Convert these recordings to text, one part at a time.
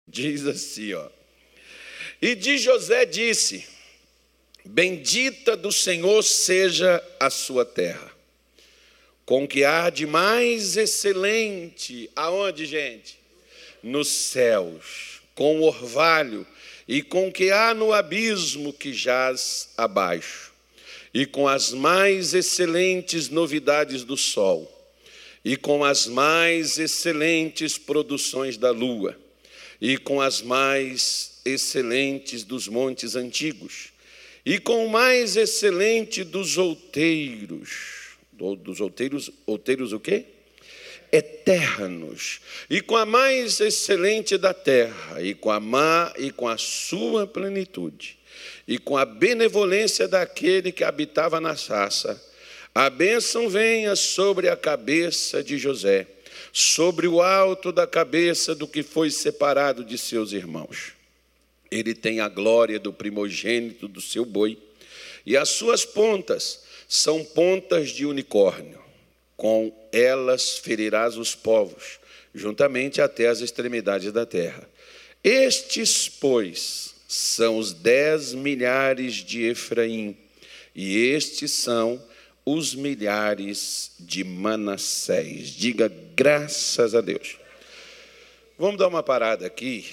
Diz assim, ó. E de José disse: bendita do Senhor seja a sua terra, com que há de mais excelente, aonde, gente? Nos céus, com o orvalho, e com que há no abismo que jaz abaixo, e com as mais excelentes novidades do sol, e com as mais excelentes produções da lua, e com as mais excelentes dos montes antigos, e com o mais excelente dos outeiros o quê? Eternos, e com a mais excelente da terra, e com a mar, e com a sua plenitude, e com a benevolência daquele que habitava na sarça, a bênção venha sobre a cabeça de José, sobre o alto da cabeça do que foi separado de seus irmãos. Ele tem a glória do primogênito do seu boi, e as suas pontas são pontas de unicórnio. Com elas ferirás os povos, juntamente até as extremidades da terra. Estes, pois, são os 10 milhares de Efraim, e estes são os milhares de Manassés. Diga graças a Deus. Vamos dar uma parada aqui.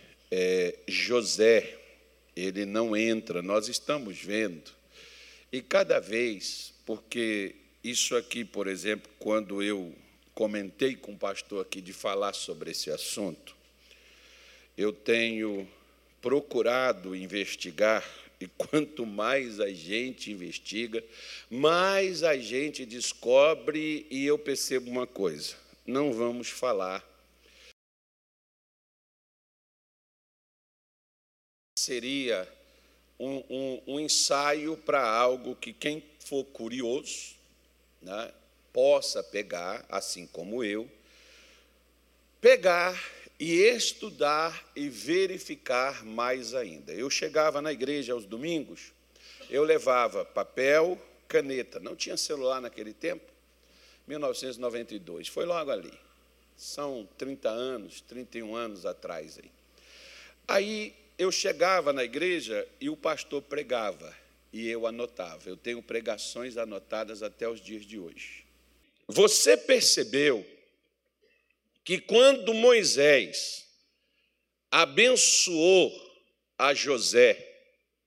José, ele não entra, nós estamos vendo, e cada vez, porque isso aqui, por exemplo, quando eu comentei com o pastor aqui de falar sobre esse assunto, eu tenho procurado investigar, e quanto mais a gente investiga, mais a gente descobre, e eu percebo uma coisa: não vamos falar. Seria um ensaio para algo que quem for curioso, né, possa pegar, assim como eu, pegar e estudar e verificar mais ainda. Eu chegava na igreja aos domingos, eu levava papel, caneta, não tinha celular naquele tempo, 1992, foi logo ali, são 30 anos, 31 anos atrás. Aí eu chegava na igreja e o pastor pregava, e eu anotava. Eu tenho pregações anotadas até os dias de hoje. Você percebeu que quando Moisés abençoou a José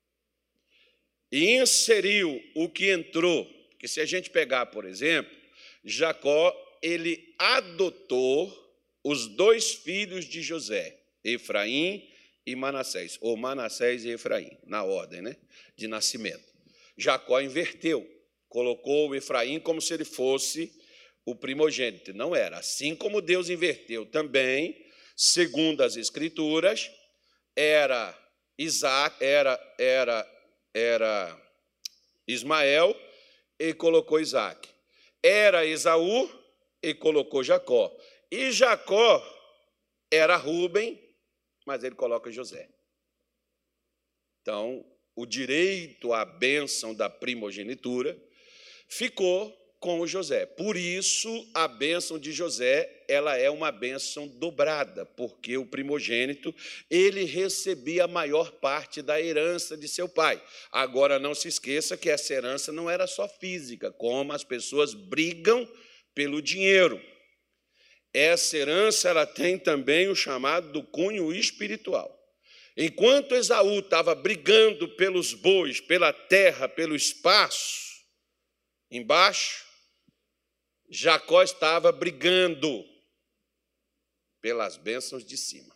e inseriu o que entrou, que se a gente pegar, por exemplo, Jacó, ele adotou os 2 filhos de José, Efraim e Manassés, ou Manassés e Efraim, na ordem, né, de nascimento. Jacó inverteu, colocou o Efraim como se ele fosse o primogênito. Não era. Assim como Deus inverteu também, segundo as Escrituras, era Ismael e colocou Isaac. Era Esaú e colocou Jacó. E Jacó era Rúben, mas ele coloca José. Então, o direito à bênção da primogenitura ficou com o José. Por isso, a bênção de José, ela é uma bênção dobrada, porque o primogênito, ele recebia a maior parte da herança de seu pai. Agora, não se esqueça que essa herança não era só física, como as pessoas brigam pelo dinheiro. Essa herança, ela tem também o chamado do cunho espiritual. Enquanto Esaú estava brigando pelos bois, pela terra, pelo espaço, embaixo, Jacó estava brigando pelas bênçãos de cima.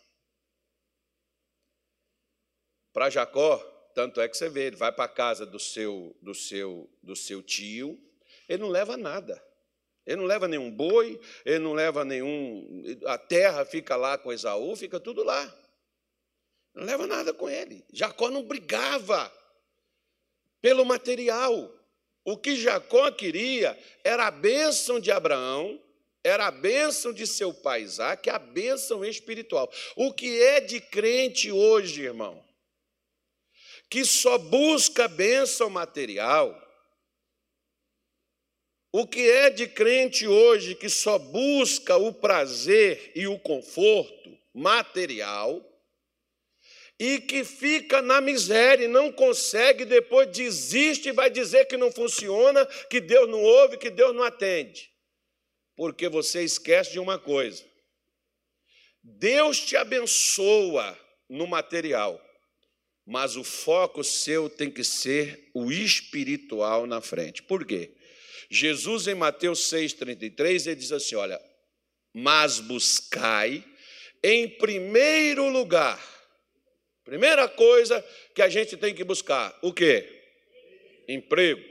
Para Jacó, tanto é que você vê, ele vai para a casa do seu tio, ele não leva nada. Ele não leva nenhum boi, ele não leva nenhum... A terra fica lá com Esaú, fica tudo lá. Não leva nada com ele. Jacó não brigava pelo material. O que Jacó queria era a bênção de Abraão, era a bênção de seu pai Isaque, a bênção espiritual. O que é de crente hoje, irmão, que só busca bênção material, o que é de crente hoje que só busca o prazer e o conforto material, e que fica na miséria e não consegue, depois desiste e vai dizer que não funciona, que Deus não ouve, que Deus não atende. Porque você esquece de uma coisa. Deus te abençoa no material, mas o foco seu tem que ser o espiritual na frente. Por quê? Jesus, em Mateus 6,33, ele diz assim, olha, mas buscai em primeiro lugar, primeira coisa que a gente tem que buscar, o quê? Emprego,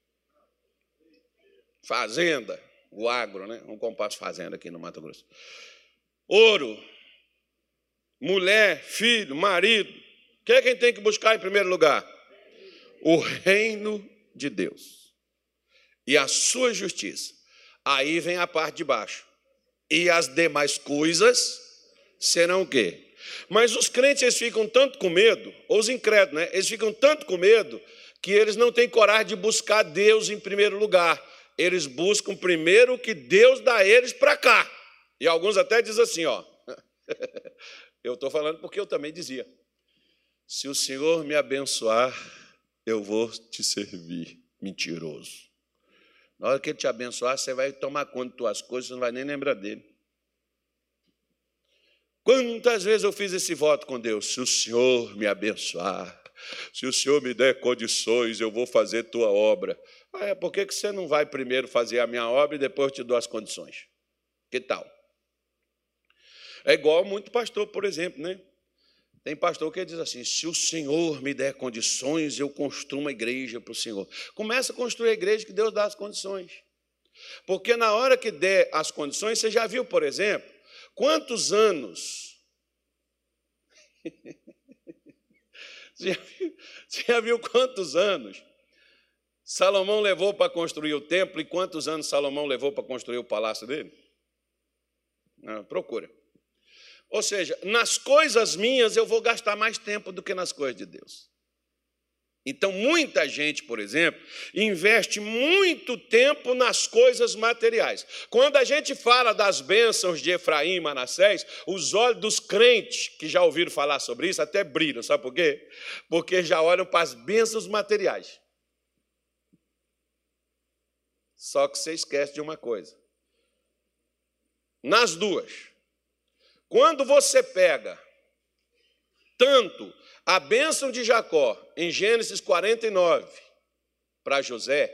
fazenda, o agro, né? Vamos comprar as fazendas aqui no Mato Grosso. Ouro, mulher, filho, marido. O que é quem tem que buscar em primeiro lugar? O reino de Deus e a sua justiça. Aí vem a parte de baixo. E as demais coisas serão o quê? Mas os crentes, eles ficam tanto com medo, ou os incrédulos, né? Eles ficam tanto com medo que eles não têm coragem de buscar Deus em primeiro lugar. Eles buscam primeiro o que Deus dá a eles para cá. E alguns até dizem assim, ó. Eu estou falando porque eu também dizia. Se o Senhor me abençoar, eu vou te servir. Mentiroso. Na hora que Ele te abençoar, você vai tomar conta de tuas coisas, você não vai nem lembrar dele. Quantas vezes eu fiz esse voto com Deus? Se o Senhor me abençoar, se o Senhor me der condições, eu vou fazer tua obra. Por que você não vai primeiro fazer a minha obra e depois eu te dou as condições? Que tal? É igual muito pastor, por exemplo, né? Tem pastor que diz assim, se o Senhor me der condições, eu construo uma igreja para o Senhor. Começa a construir a igreja que Deus dá as condições. Porque na hora que der as condições, você já viu, por exemplo, quantos anos... Você já viu quantos anos Salomão levou para construir o templo e quantos anos Salomão levou para construir o palácio dele? Procura. Ou seja, nas coisas minhas eu vou gastar mais tempo do que nas coisas de Deus. Então, muita gente, por exemplo, investe muito tempo nas coisas materiais. Quando a gente fala das bênçãos de Efraim e Manassés, os olhos dos crentes que já ouviram falar sobre isso até brilham. Sabe por quê? Porque já olham para as bênçãos materiais. Só que você esquece de uma coisa. Nas duas, quando você pega tanto a bênção de Jacó, em Gênesis 49, para José,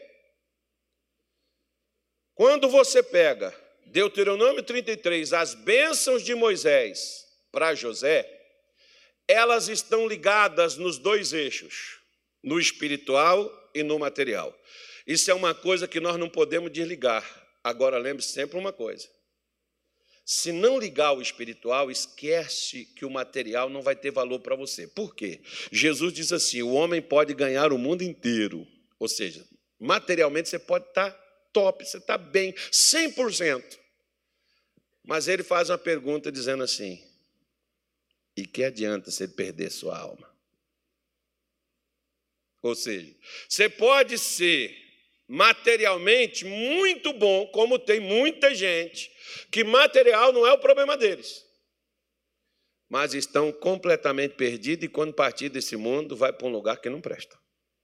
quando você pega Deuteronômio 33, as bênçãos de Moisés para José, elas estão ligadas nos dois eixos, no espiritual e no material. Isso é uma coisa que nós não podemos desligar. Agora, lembre-se sempre uma coisa. Se não ligar o espiritual, esquece que o material não vai ter valor para você. Por quê? Jesus diz assim, o homem pode ganhar o mundo inteiro. Ou seja, materialmente você pode estar top, você está bem, 100%. Mas ele faz uma pergunta dizendo assim, e que adianta você perder sua alma? Ou seja, você pode ser materialmente muito bom, como tem muita gente, que material não é o problema deles, mas estão completamente perdidos e quando partir desse mundo, vai para um lugar que não presta.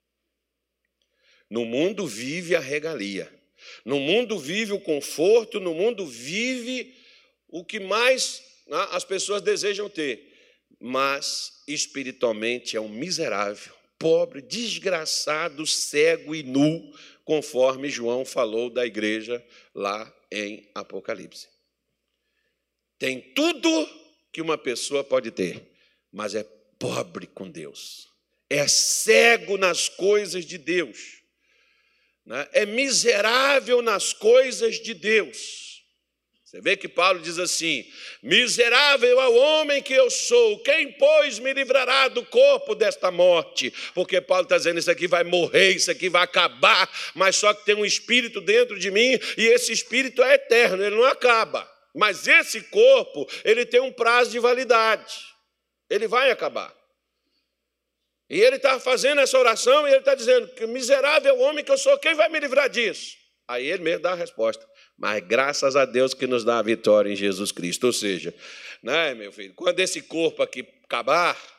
No mundo vive a regalia, no mundo vive o conforto, no mundo vive o que mais as pessoas desejam ter, mas espiritualmente é um miserável, pobre, desgraçado, cego e nu, conforme João falou da igreja lá em Apocalipse. Tem tudo que uma pessoa pode ter, mas é pobre com Deus, é cego nas coisas de Deus, né? É miserável nas coisas de Deus. Você vê que Paulo diz assim, miserável é o homem que eu sou, quem, pois, me livrará do corpo desta morte? Porque Paulo está dizendo, isso aqui vai morrer, isso aqui vai acabar, mas só que tem um espírito dentro de mim, e esse espírito é eterno, ele não acaba. Mas esse corpo, ele tem um prazo de validade, ele vai acabar. E ele está fazendo essa oração, e ele está dizendo, miserável é o homem que eu sou, quem vai me livrar disso? Aí ele mesmo dá a resposta. Mas graças a Deus que nos dá a vitória em Jesus Cristo. Ou seja, né, meu filho, quando esse corpo aqui acabar,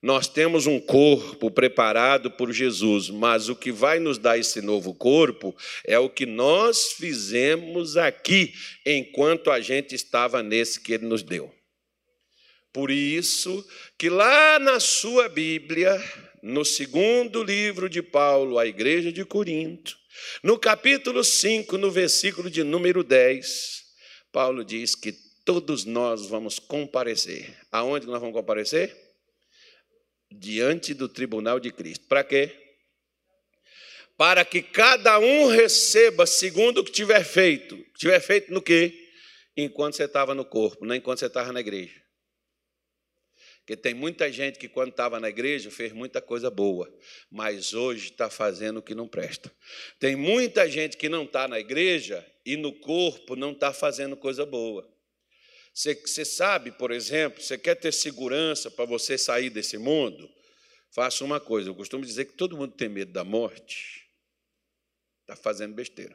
Nós temos um corpo preparado por Jesus, mas o que vai nos dar esse novo corpo é o que nós fizemos aqui, enquanto a gente estava nesse que Ele nos deu. Por isso que lá na sua Bíblia, no segundo livro de Paulo à igreja de Corinto, no capítulo 5, no versículo de número 10, Paulo diz que todos nós vamos comparecer. Aonde nós vamos comparecer? Diante do tribunal de Cristo. Para quê? Para que cada um receba segundo o que tiver feito. Tiver feito no quê? Enquanto você estava no corpo, não enquanto você estava na igreja. Porque tem muita gente que, quando estava na igreja, fez muita coisa boa, mas hoje está fazendo o que não presta. Tem muita gente que não está na igreja e no corpo não está fazendo coisa boa. Você sabe, por exemplo, você quer ter segurança para você sair desse mundo? Faça uma coisa. Eu costumo dizer que todo mundo tem medo da morte. Está fazendo besteira.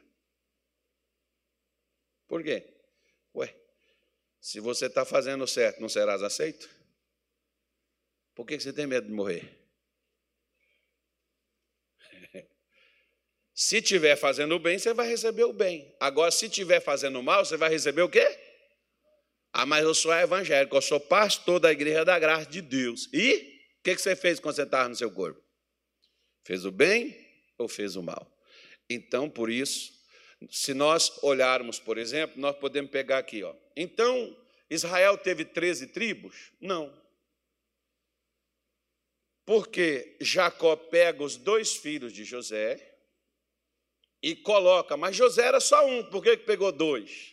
Por quê? Ué, se você está fazendo certo, não serás aceito? Por que você tem medo de morrer? Se estiver fazendo o bem, você vai receber o bem. Agora, se estiver fazendo o mal, você vai receber o quê? Ah, mas eu sou evangélico, eu sou pastor da Igreja da Graça de Deus. E o que você fez quando você estava no seu corpo? Fez o bem ou fez o mal? Então, por isso, se nós olharmos, por exemplo, nós podemos pegar aqui, ó. Então, Israel teve 13 tribos? Não. Porque Jacó pega os 2 filhos de José e coloca, mas José era só um, por que pegou 2?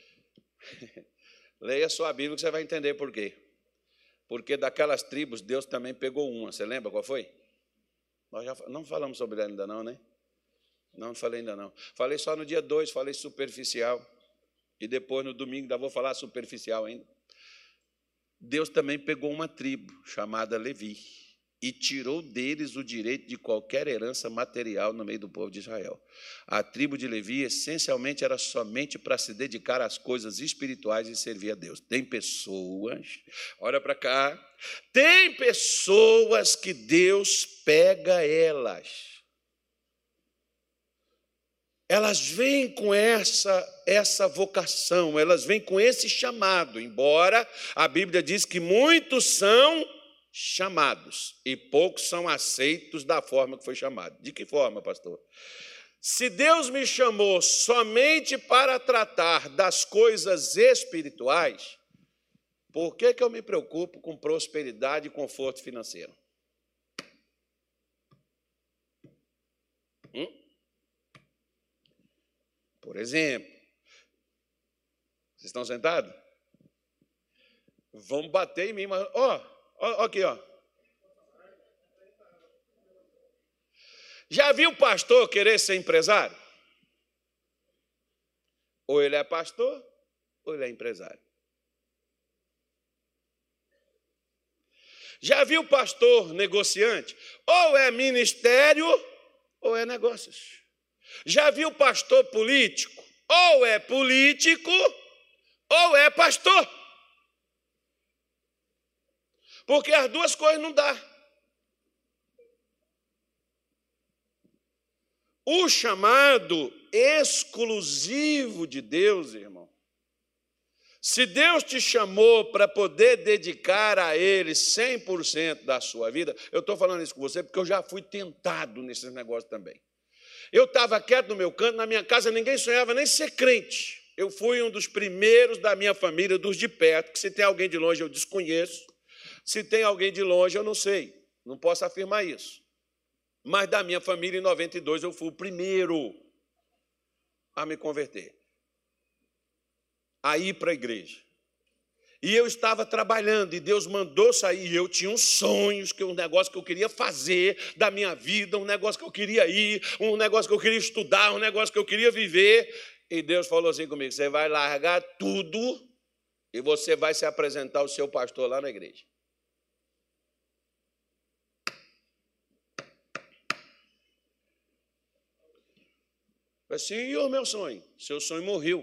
Leia a sua Bíblia que você vai entender por quê. Porque daquelas tribos, Deus também pegou uma. Você lembra qual foi? Nós já não falamos sobre ela ainda não, né? Não falei ainda não. Falei só no dia 2, falei superficial. E depois, no domingo, ainda vou falar superficial ainda. Deus também pegou uma tribo chamada Levi e tirou deles o direito de qualquer herança material no meio do povo de Israel. A tribo de Levi, essencialmente, era somente para se dedicar às coisas espirituais e servir a Deus. Tem pessoas, olha para cá, tem pessoas que Deus pega elas. Elas vêm com essa vocação, elas vêm com esse chamado, embora a Bíblia diz que muitos são chamados e poucos são aceitos da forma que foi chamado. De que forma, pastor? Se Deus me chamou somente para tratar das coisas espirituais, por que eu me preocupo com prosperidade e conforto financeiro? Por exemplo, vocês estão sentados? Vão bater em mim, mas aqui, ó. Já viu o pastor querer ser empresário? Ou ele é pastor, ou ele é empresário. Já viu o pastor negociante? Ou é ministério, ou é negócios. Já viu o pastor político? Ou é político, ou é pastor. Porque as duas coisas não dá. O chamado exclusivo de Deus, irmão. Se Deus te chamou para poder dedicar a Ele 100% da sua vida, eu estou falando isso com você porque eu já fui tentado nesses negócios também. Eu estava quieto no meu canto, na minha casa ninguém sonhava nem ser crente. Eu fui um dos primeiros da minha família, dos de perto, que se tem alguém de longe eu desconheço. Se tem alguém de longe, eu não sei, não posso afirmar isso. Mas da minha família, em 92, eu fui o primeiro a me converter, a ir para a igreja. E eu estava trabalhando, e Deus mandou sair, e eu tinha uns sonhos, um negócio que eu queria fazer da minha vida, um negócio que eu queria ir, um negócio que eu queria estudar, um negócio que eu queria viver. E Deus falou assim comigo, você vai largar tudo e você vai se apresentar ao seu pastor lá na igreja. Assim, e o meu sonho? Seu sonho morreu.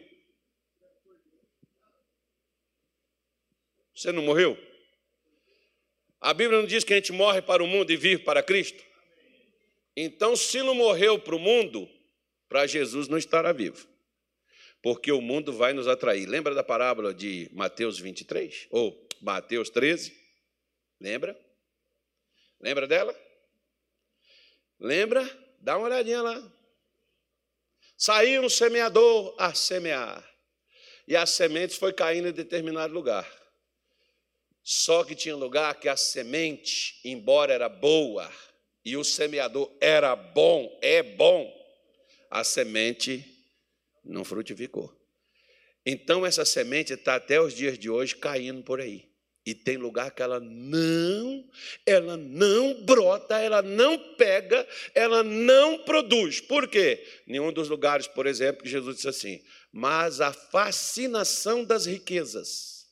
Você não morreu? A Bíblia não diz que a gente morre para o mundo e vive para Cristo? Então, se não morreu para o mundo, para Jesus não estará vivo. Porque o mundo vai nos atrair. Lembra da parábola de Mateus 23? Ou Mateus 13? Lembra? Lembra dela? Lembra? Dá uma olhadinha lá. Saiu um semeador a semear. E as sementes foi caindo em determinado lugar. Só que tinha lugar que a semente, embora era boa, e o semeador era bom, é bom, a semente não frutificou. Então essa semente está até os dias de hoje caindo por aí. E tem lugar que ela não brota, ela não pega, ela não produz. Por quê? Nenhum dos lugares, por exemplo, que Jesus disse assim, mas a fascinação das riquezas.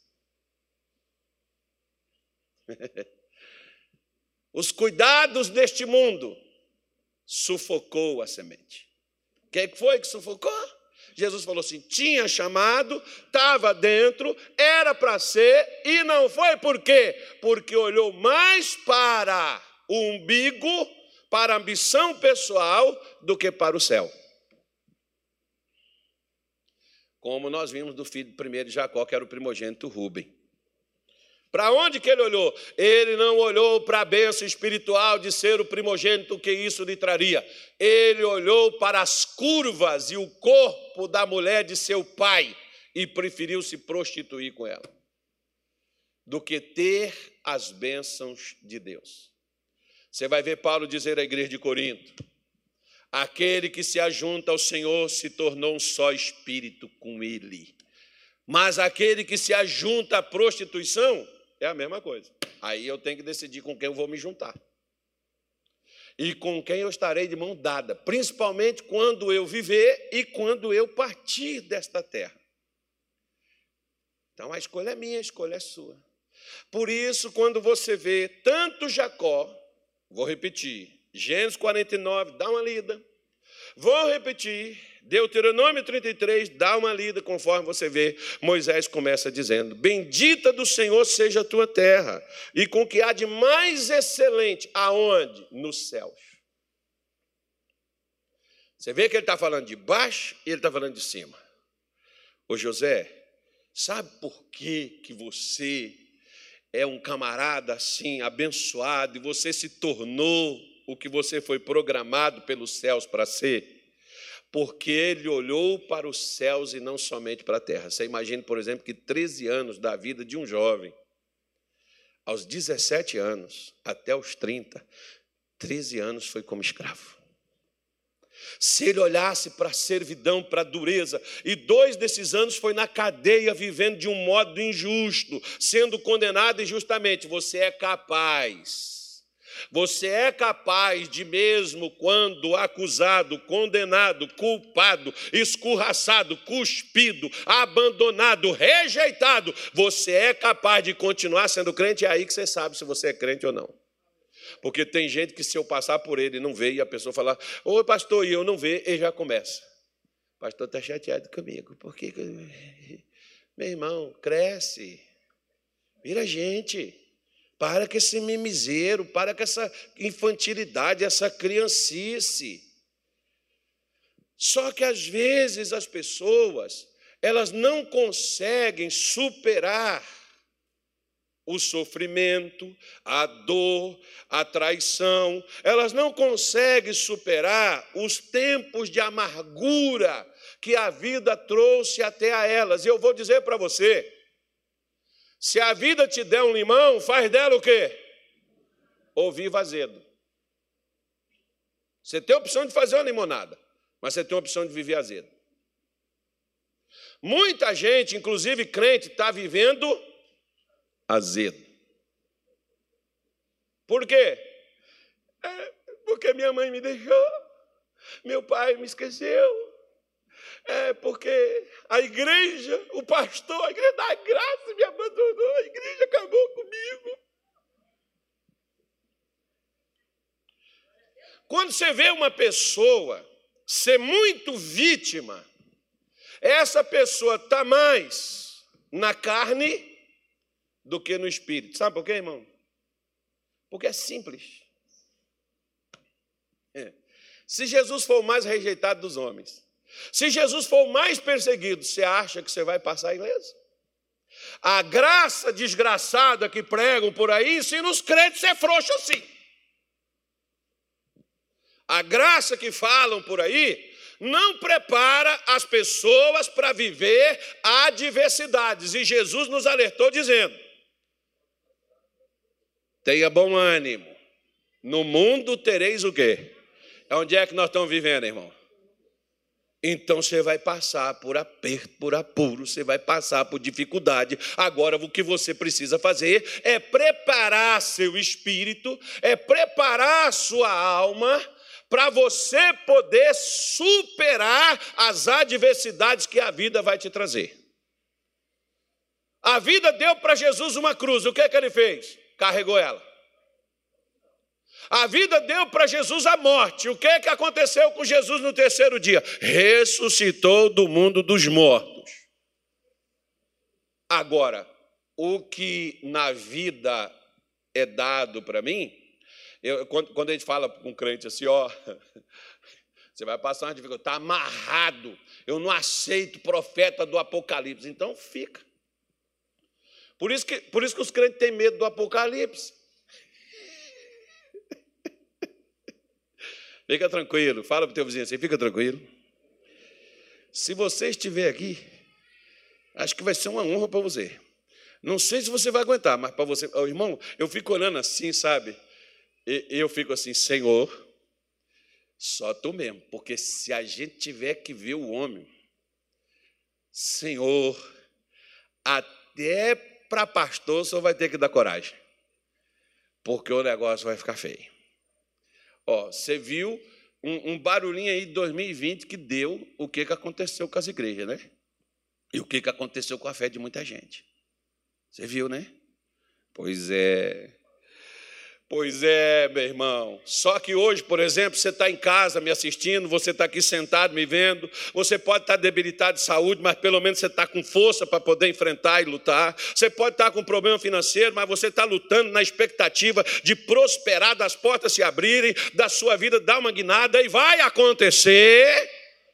Os cuidados deste mundo sufocou a semente. O que foi que sufocou? Jesus falou assim, tinha chamado, estava dentro, era para ser e não foi. Por quê? Porque olhou mais para o umbigo, para a ambição pessoal, do que para o céu. Como nós vimos do filho primeiro de Jacó, que era o primogênito Rúben. Para onde que ele olhou? Ele não olhou para a bênção espiritual de ser o primogênito, que isso lhe traria. Ele olhou para as curvas e o corpo da mulher de seu pai e preferiu se prostituir com ela, do que ter as bênçãos de Deus. Você vai ver Paulo dizer à igreja de Corinto, aquele que se ajunta ao Senhor se tornou um só espírito com ele. Mas aquele que se ajunta à prostituição é a mesma coisa. Aí eu tenho que decidir com quem eu vou me juntar. E com quem eu estarei de mão dada, principalmente quando eu viver e quando eu partir desta terra. Então a escolha é minha, a escolha é sua. Por isso, quando você vê tanto Jacó, vou repetir, Gênesis 49, dá uma lida. Vou repetir, Deuteronômio 33, dá uma lida, conforme você vê, Moisés começa dizendo, bendita do Senhor seja a tua terra, e com o que há de mais excelente, aonde? Nos céus. Você vê que ele está falando de baixo e ele está falando de cima. Ô José, sabe por que você é um camarada assim, abençoado, e você se tornou o que você foi programado pelos céus para ser? Porque ele olhou para os céus e não somente para a terra. Você imagina, por exemplo, que 13 anos da vida de um jovem, aos 17 anos até os 30, 13 anos foi como escravo. Se ele olhasse para a servidão, para a dureza, e 2 desses anos foi na cadeia, vivendo de um modo injusto, sendo condenado injustamente, você é capaz de, mesmo quando acusado, condenado, culpado, escorraçado, cuspido, abandonado, rejeitado, você é capaz de continuar sendo crente. É aí que você sabe se você é crente ou não. Porque tem gente que, se eu passar por ele e não ver, e a pessoa falar, ô pastor, e eu não ver, ele já começa. O pastor está chateado comigo. Por que? Meu irmão, cresce, vira gente. Para com esse mimiseiro, para com essa infantilidade, essa criancice. Só que às vezes as pessoas, elas não conseguem superar o sofrimento, a dor, a traição. Elas não conseguem superar os tempos de amargura que a vida trouxe até a elas. E eu vou dizer para você, se a vida te der um limão, faz dela o quê? Ou viva azedo. Você tem a opção de fazer uma limonada, mas você tem a opção de viver azedo. Muita gente, inclusive crente, está vivendo azedo. Por quê? Porque minha mãe me deixou, meu pai me esqueceu. Porque a igreja, o pastor, a igreja da graça me abandonou, a igreja acabou comigo. Quando você vê uma pessoa ser muito vítima, essa pessoa está mais na carne do que no espírito. Sabe por quê, irmão? Porque é simples. Se Jesus for o mais rejeitado dos homens, se Jesus for o mais perseguido, você acha que você vai passar ileso? A graça desgraçada que pregam por aí ensina os crentes a ser frouxo assim. A graça que falam por aí não prepara as pessoas para viver adversidades. E Jesus nos alertou dizendo: tenha bom ânimo, no mundo tereis o quê? Onde é que nós estamos vivendo, irmão? Então você vai passar por aperto, por apuro, você vai passar por dificuldade. Agora o que você precisa fazer é preparar seu espírito, é preparar sua alma para você poder superar as adversidades que a vida vai te trazer. A vida deu para Jesus uma cruz, o que ele fez? Carregou ela. A vida deu para Jesus a morte. O que aconteceu com Jesus no terceiro dia? Ressuscitou do mundo dos mortos. Agora, o que na vida é dado para mim, quando a gente fala com um crente assim, ó, você vai passar uma dificuldade, está amarrado, eu não aceito profeta do Apocalipse, então fica. Por isso que os crentes têm medo do Apocalipse. Fica tranquilo, fala para o teu vizinho assim, fica tranquilo. Se você estiver aqui, acho que vai ser uma honra para você. Não sei se você vai aguentar, mas para você... Oh, irmão, eu fico olhando assim, sabe? E eu fico assim, Senhor, só tu mesmo. Porque se a gente tiver que ver o homem, Senhor, até para pastor o senhor vai ter que dar coragem. Porque o negócio vai ficar feio. Ó, você viu um barulhinho aí de 2020 que deu o que aconteceu com as igrejas, né? E o que aconteceu com a fé de muita gente. Você viu, né? Pois é, meu irmão. Só que hoje, por exemplo, você está em casa me assistindo, você está aqui sentado me vendo, você pode estar debilitado de saúde, mas pelo menos você está com força para poder enfrentar e lutar. Você pode estar com problema financeiro, mas você está lutando na expectativa de prosperar, das portas se abrirem, da sua vida dar uma guinada, e vai acontecer.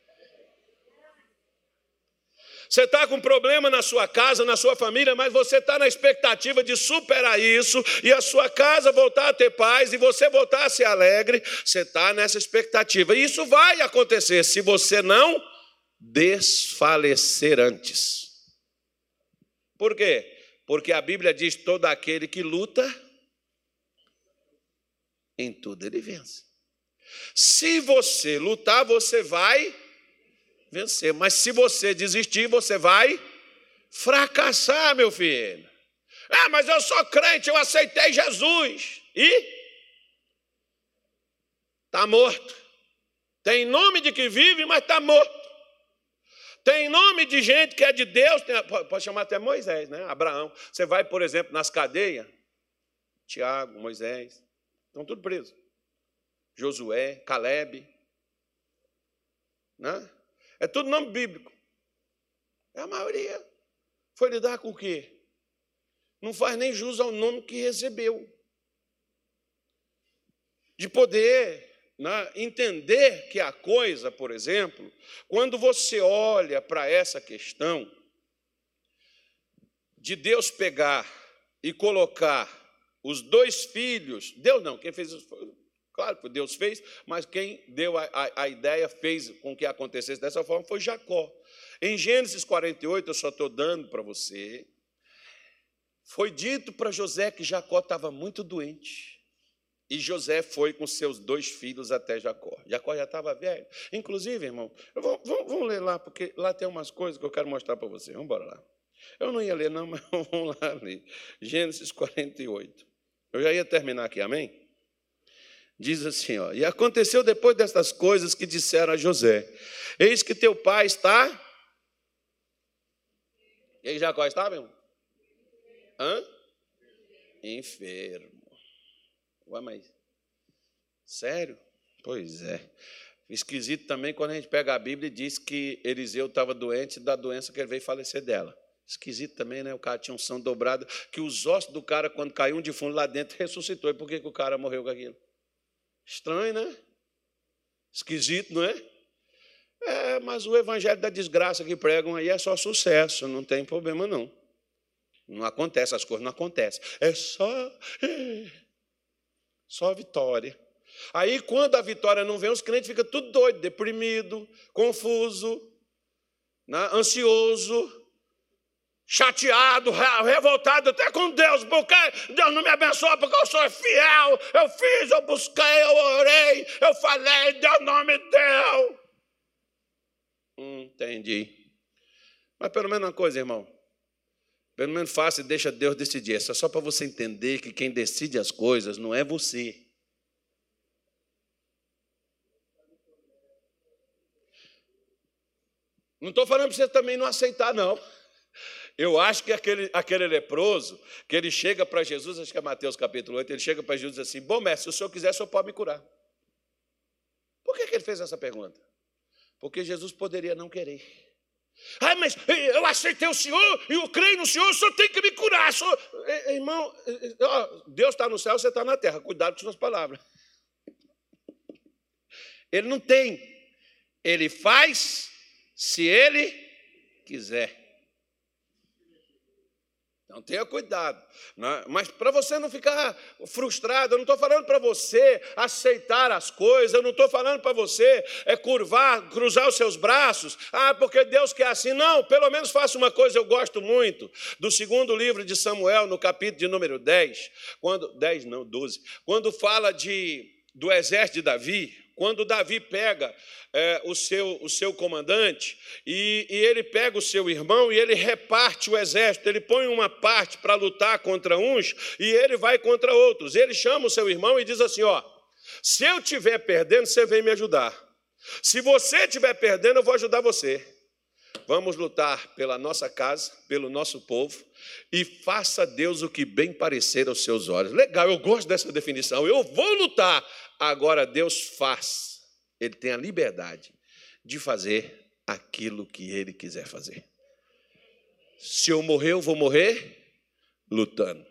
Você está com problema na sua casa, na sua família, mas você está na expectativa de superar isso e a sua casa voltar a ter paz e você voltar a ser alegre. Você está nessa expectativa. E isso vai acontecer se você não desfalecer antes. Por quê? Porque a Bíblia diz: todo aquele que luta, em tudo ele vence. Se você lutar, você vai vencer. Mas se você desistir, você vai fracassar, meu filho. Ah, mas eu sou crente, eu aceitei Jesus. E? Está morto. Tem nome de que vive, mas está morto. Tem nome de gente que é de Deus, pode chamar até Moisés, né? Abraão. Você vai, por exemplo, nas cadeias, Tiago, Moisés, estão tudo presos. Josué, Caleb, né? É tudo nome bíblico. É a maioria. Foi lidar com o quê? Não faz nem jus ao nome que recebeu. De poder, né, entender que a coisa, por exemplo, quando você olha para essa questão de Deus pegar e colocar os dois filhos, Deus não, quem fez isso? Claro que Deus fez, mas quem deu a ideia, fez com que acontecesse dessa forma, foi Jacó. Em Gênesis 48, eu só estou dando para você, foi dito para José que Jacó estava muito doente. E José foi com seus dois filhos até Jacó. Jacó já estava velho. Inclusive, irmão, vamos ler lá, porque lá tem umas coisas que eu quero mostrar para você. Vamos embora lá. Eu não ia ler, não, mas vamos lá ler. Gênesis 48. Eu já ia terminar aqui, amém? Diz assim, ó, e aconteceu depois destas coisas que disseram a José: eis que teu pai está... E aí Jacó estava, irmão? Enfermo. Ué, mas... sério? Pois é. Esquisito também quando a gente pega a Bíblia e diz que Eliseu estava doente da doença que ele veio falecer dela. Esquisito também, né? O cara tinha unção dobrada, que os ossos do cara, quando caiu um defunto lá dentro, ressuscitou. E por que o cara morreu com aquilo? Estranho, né? Esquisito, não é? Mas o evangelho da desgraça que pregam aí é só sucesso, não tem problema, não. Não acontece, as coisas não acontecem. É só vitória. Aí, quando a vitória não vem, os crentes ficam tudo doido, deprimido, confuso, né? Ansioso, chateado, revoltado até com Deus, porque Deus não me abençoa, porque eu sou fiel, eu fiz, eu busquei, eu orei, eu falei, Deus não me deu. Entendi. Mas pelo menos uma coisa, irmão, pelo menos faça e deixa Deus decidir. É só para você entender que quem decide as coisas não é você. Não estou falando para você também não aceitar, não. Eu acho que aquele leproso, que ele chega para Jesus, acho que é Mateus capítulo 8, ele chega para Jesus e diz assim, bom mestre, se o senhor quiser, o senhor pode me curar. Por que ele fez essa pergunta? Porque Jesus poderia não querer. Mas eu aceitei o senhor, e eu creio no senhor, o senhor tem que me curar. Irmão, Deus está no céu, você está na terra, cuidado com suas palavras. Ele não tem, ele faz se ele quiser. Então, tenha cuidado. Né? Mas para você não ficar frustrado, eu não estou falando para você aceitar as coisas, eu não estou falando para você cruzar os seus braços, porque Deus quer assim. Não, pelo menos faça uma coisa, eu gosto muito, do 2º livro de Samuel, no capítulo de número 10, 12, quando fala do exército de Davi, quando Davi pega o seu comandante e ele pega o seu irmão e ele reparte o exército, ele põe uma parte para lutar contra uns e ele vai contra outros. Ele chama o seu irmão e diz assim, se eu estiver perdendo, você vem me ajudar. Se você estiver perdendo, eu vou ajudar você. Vamos lutar pela nossa casa, pelo nosso povo, e faça Deus o que bem parecer aos seus olhos. Legal, eu gosto dessa definição. Eu vou lutar. Agora Deus faz. Ele tem a liberdade de fazer aquilo que Ele quiser fazer. Se eu morrer, eu vou morrer lutando.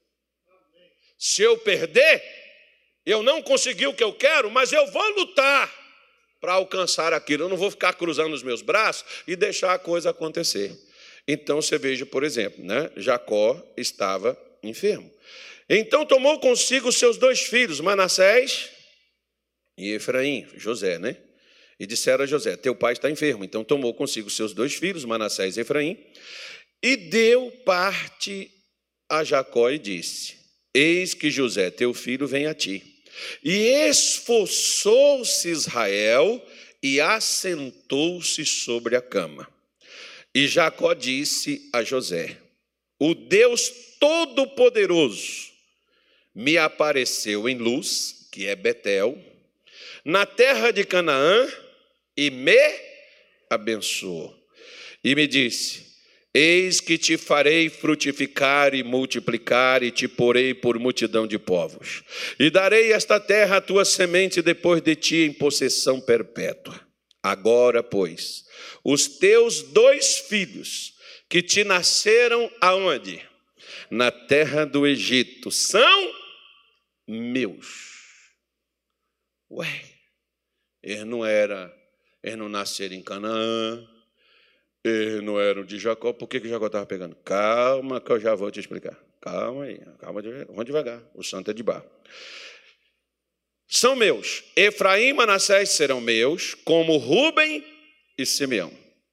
Se eu perder, eu não consegui o que eu quero, mas eu vou lutar para alcançar aquilo. Eu não vou ficar cruzando os meus braços e deixar a coisa acontecer. Então, você veja, por exemplo, né? Jacó estava enfermo. Então, tomou consigo seus 2 filhos, Manassés e Efraim, José, né? E disseram a José, teu pai está enfermo. Então, tomou consigo seus 2 filhos, Manassés e Efraim, e deu parte a Jacó e disse, eis que José, teu filho, vem a ti. E esforçou-se Israel e assentou-se sobre a cama. E Jacó disse a José, o Deus Todo-Poderoso me apareceu em Luz, que é Betel, na terra de Canaã, e me abençoou. E me disse, eis que te farei frutificar e multiplicar, e te porei por multidão de povos. E darei esta terra à tua semente depois de ti em possessão perpétua. Agora, pois, os teus 2 filhos que te nasceram aonde? Na terra do Egito, são meus. Ué, eles não nasceram em Canaã, eles não eram de Jacó. Por que Jacó estava pegando? Calma que eu já vou te explicar. Calma aí, vamos devagar, o santo é de barro. São meus. Efraim e Manassés serão meus, como Rúben e Simeão.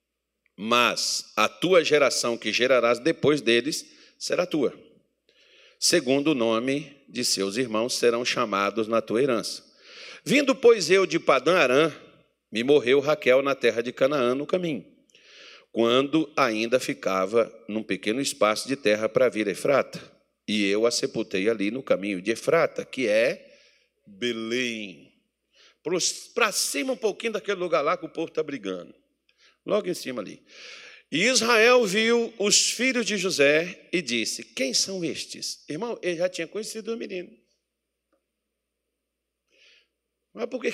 Mas a tua geração que gerarás depois deles será tua. Segundo o nome de seus irmãos serão chamados na tua herança. Vindo, pois, eu de Padã Arã, me morreu Raquel na terra de Canaã no caminho, quando ainda ficava num pequeno espaço de terra para vir a Efrata. E eu a sepultei ali no caminho de Efrata, que é Belém. Para cima um pouquinho daquele lugar lá que o povo está brigando. Logo em cima ali. E Israel viu os filhos de José e disse, quem são estes? Irmão, ele já tinha conhecido o menino. Mas por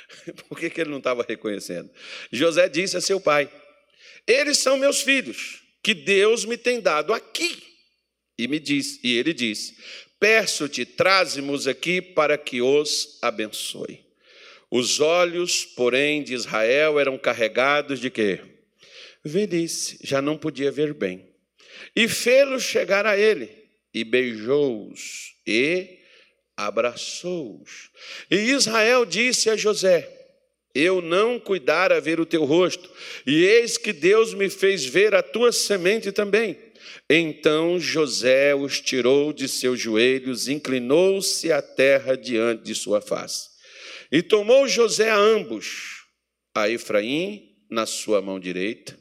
que ele não estava reconhecendo? José disse a seu pai, eles são meus filhos, que Deus me tem dado aqui. E ele disse: peço-te, traze-mos aqui para que os abençoe. Os olhos, porém, de Israel eram carregados de quê? Velhice, já não podia ver bem. E fê-los chegar a ele, e beijou-os, e abraçou-os. E Israel disse a José: eu não cuidara ver o teu rosto, e eis que Deus me fez ver a tua semente também. Então José os tirou de seus joelhos, inclinou-se à terra diante de sua face. E tomou José a ambos, a Efraim na sua mão direita,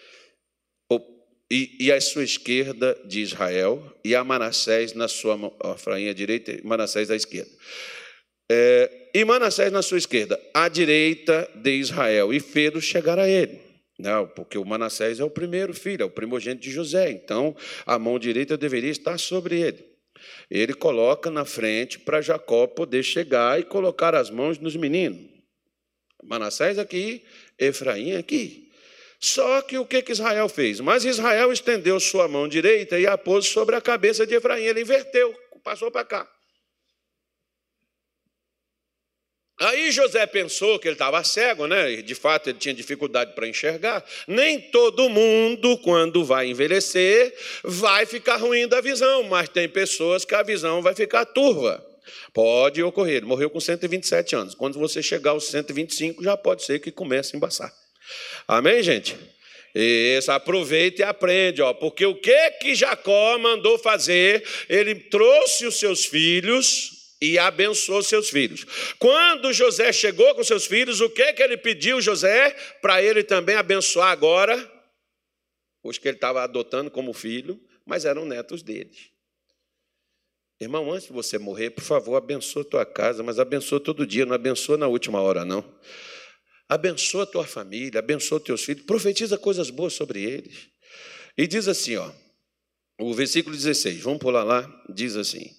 e à sua esquerda de Israel, e a Manassés na sua mão, Efraim à direita e Manassés à esquerda. E Manassés na sua esquerda, à direita de Israel, e fê-lo chegar a ele. Não, porque o Manassés é o primeiro filho, é o primogênito de José, então a mão direita deveria estar sobre ele. Ele coloca na frente para Jacó poder chegar e colocar as mãos nos meninos. Manassés aqui, Efraim aqui. Só que o que Israel fez? Mas Israel estendeu sua mão direita e a pôs sobre a cabeça de Efraim. Ele inverteu, passou para cá. Aí José pensou que ele estava cego, né? E de fato ele tinha dificuldade para enxergar. Nem todo mundo, quando vai envelhecer, vai ficar ruim da visão, mas tem pessoas que a visão vai ficar turva. Pode ocorrer. Ele morreu com 127 anos. Quando você chegar aos 125, já pode ser que comece a embaçar. Amém, gente? Isso, aproveita e aprende, ó, porque o que Jacó mandou fazer? Ele trouxe os seus filhos e abençoou seus filhos. Quando José chegou com seus filhos, o que ele pediu, José? Para ele também abençoar agora os que ele estava adotando como filho, mas eram netos deles. Irmão, antes de você morrer, por favor, abençoa a tua casa, mas abençoa todo dia, não abençoa na última hora, não. Abençoa a tua família, abençoa teus filhos, profetiza coisas boas sobre eles. E diz assim, ó, o versículo 16, vamos pular lá, diz assim,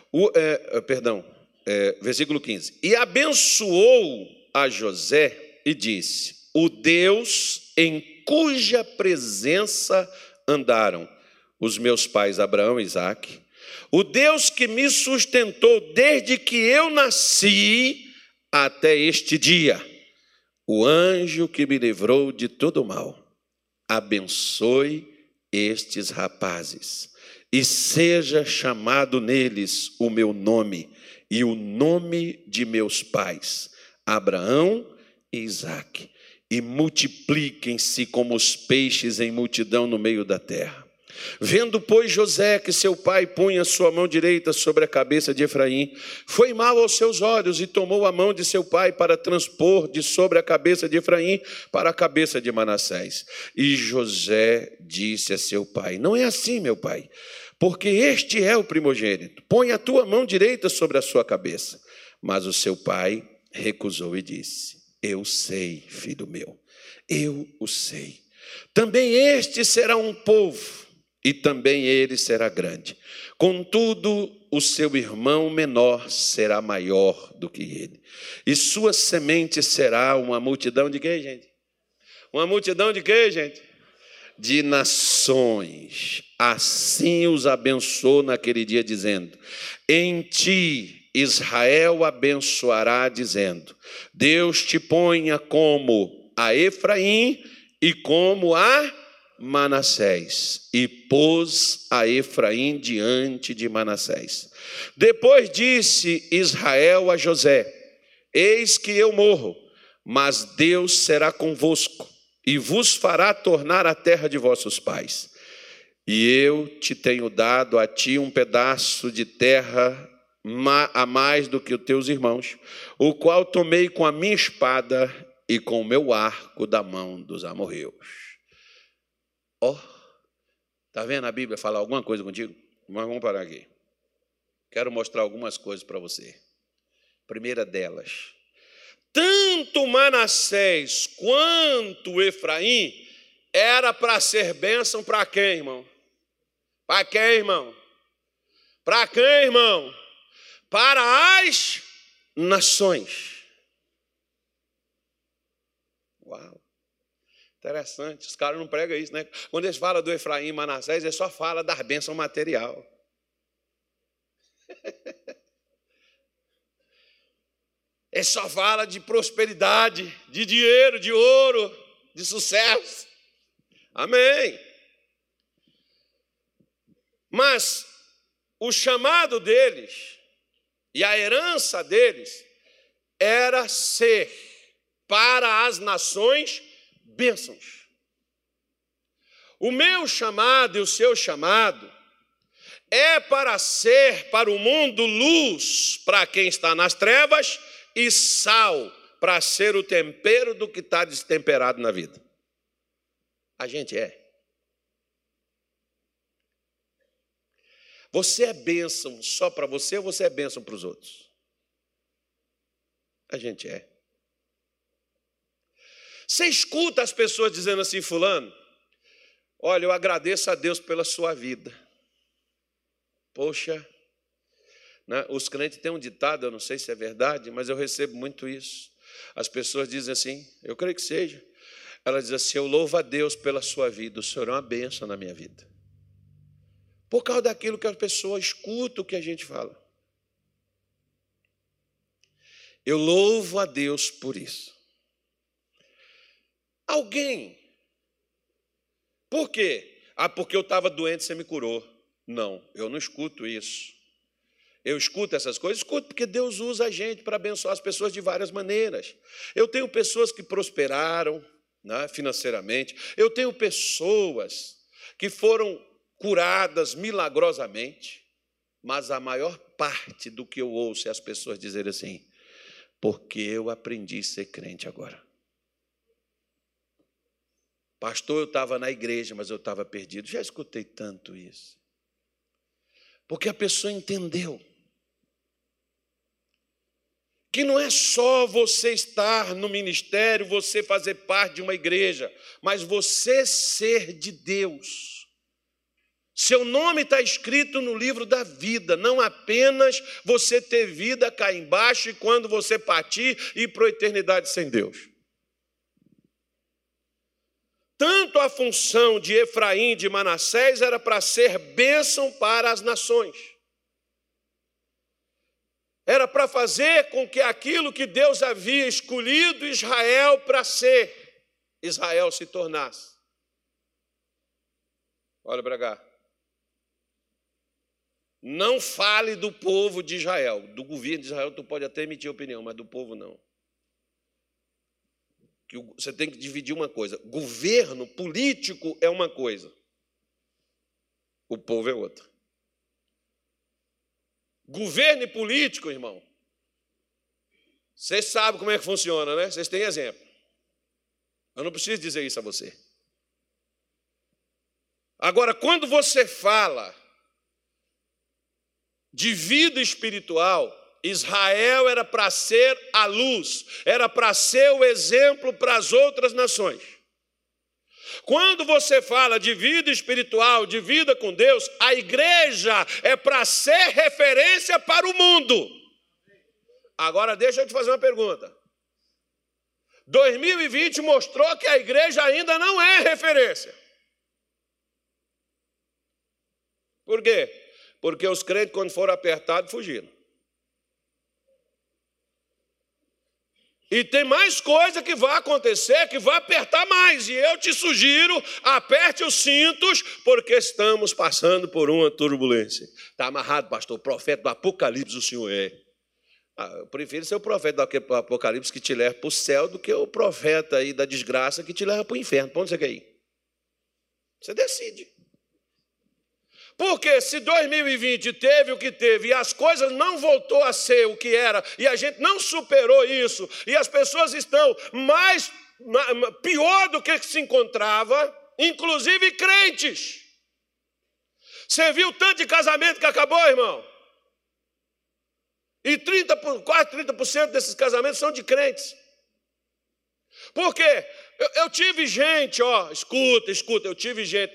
versículo 15. E abençoou a José e disse: o Deus em cuja presença andaram os meus pais Abraão e Isaque, o Deus que me sustentou desde que eu nasci até este dia, o anjo que me livrou de todo mal, abençoe estes rapazes, e seja chamado neles o meu nome e o nome de meus pais, Abraão e Isaque, e multipliquem-se como os peixes em multidão no meio da terra. Vendo, pois, José que seu pai punha sua mão direita sobre a cabeça de Efraim, foi mal aos seus olhos e tomou a mão de seu pai para transpor de sobre a cabeça de Efraim para a cabeça de Manassés. E José disse a seu pai: não é assim, meu pai, porque este é o primogênito. Põe a tua mão direita sobre a sua cabeça. Mas o seu pai recusou e disse: eu sei, filho meu, eu o sei. Também este será um povo, e também ele será grande. Contudo, o seu irmão menor será maior do que ele. E sua semente será uma multidão de quê, gente? Uma multidão de quê, gente? De nações. Assim os abençoou naquele dia, dizendo: em ti Israel abençoará, dizendo: Deus te ponha como a Efraim e como a Manassés, e pôs a Efraim diante de Manassés. Depois disse Israel a José: eis que eu morro, mas Deus será convosco, e vos fará tornar a terra de vossos pais. E eu te tenho dado a ti um pedaço de terra a mais do que os teus irmãos, o qual tomei com a minha espada e com o meu arco da mão dos amorreus. Ó, está vendo a Bíblia falar alguma coisa contigo? Mas vamos parar aqui. Quero mostrar algumas coisas para você. Primeira delas, tanto Manassés quanto Efraim era para ser bênção para quem, irmão? Para quem, irmão? Para quem, irmão? Para as nações. Uau! Interessante, os caras não pregam isso, né? Quando eles falam do Efraim e Manassés, eles só falam da bênção material. Ele só fala de prosperidade, de dinheiro, de ouro, de sucesso. Amém. Mas o chamado deles e a herança deles era ser para as nações bênçãos. O meu chamado e o seu chamado é para ser para o mundo luz para quem está nas trevas e sal para ser o tempero do que está destemperado na vida. A gente é. Você é bênção só para você ou você é bênção para os outros? A gente é. Você escuta as pessoas dizendo assim, fulano, olha, eu agradeço a Deus pela sua vida. Poxa, né? Os crentes têm um ditado, eu não sei se é verdade, mas eu recebo muito isso. As pessoas dizem assim, eu creio que seja. Elas dizem assim, eu louvo a Deus pela sua vida, o Senhor é uma bênção na minha vida. Por causa daquilo que a pessoa escuta o que a gente fala. Eu louvo a Deus por isso. Alguém. Por quê? Porque eu estava doente, você me curou. Não, eu não escuto isso. Eu escuto essas coisas? Escuto porque Deus usa a gente para abençoar as pessoas de várias maneiras. Eu tenho pessoas que prosperaram, né, financeiramente. Eu tenho pessoas que foram curadas milagrosamente. Mas a maior parte do que eu ouço é as pessoas dizerem assim, porque eu aprendi a ser crente agora. Pastor, eu estava na igreja, mas eu estava perdido. Já escutei tanto isso. Porque a pessoa entendeu que não é só você estar no ministério, você fazer parte de uma igreja, mas você ser de Deus. Seu nome está escrito no livro da vida, não apenas você ter vida cá embaixo e quando você partir, ir para a eternidade sem Deus. Tanto a função de Efraim e de Manassés era para ser bênção para as nações. Era para fazer com que aquilo que Deus havia escolhido Israel para ser, Israel se tornasse. Olha para cá. Não fale do povo de Israel. Do governo de Israel tu pode até emitir opinião, mas do povo não. Que você tem que dividir uma coisa. Governo político é uma coisa. O povo é outra. Governo e político, irmão. Vocês sabem como é que funciona, né? Vocês têm exemplo. Eu não preciso dizer isso a você. Agora, quando você fala de vida espiritual, Israel era para ser a luz, era para ser o exemplo para as outras nações. Quando você fala de vida espiritual, de vida com Deus, a igreja é para ser referência para o mundo. Agora deixa eu te fazer uma pergunta. 2020 mostrou que a igreja ainda não é referência. Por quê? Porque os crentes, quando foram apertados, fugiram. E tem mais coisa que vai acontecer, que vai apertar mais. E eu te sugiro, aperte os cintos, porque estamos passando por uma turbulência. Está amarrado, pastor, o profeta do Apocalipse o senhor é. Eu prefiro ser o profeta do Apocalipse que te leva para o céu do que o profeta aí da desgraça que te leva para o inferno. Para onde você quer ir? Você decide. Porque se 2020 teve o que teve e as coisas não voltou a ser o que era e a gente não superou isso e as pessoas estão pior do que se encontrava, inclusive crentes. Você viu tanto de casamento que acabou, irmão? E quase 30% desses casamentos são de crentes. Por quê? Eu tive gente, escuta, eu tive gente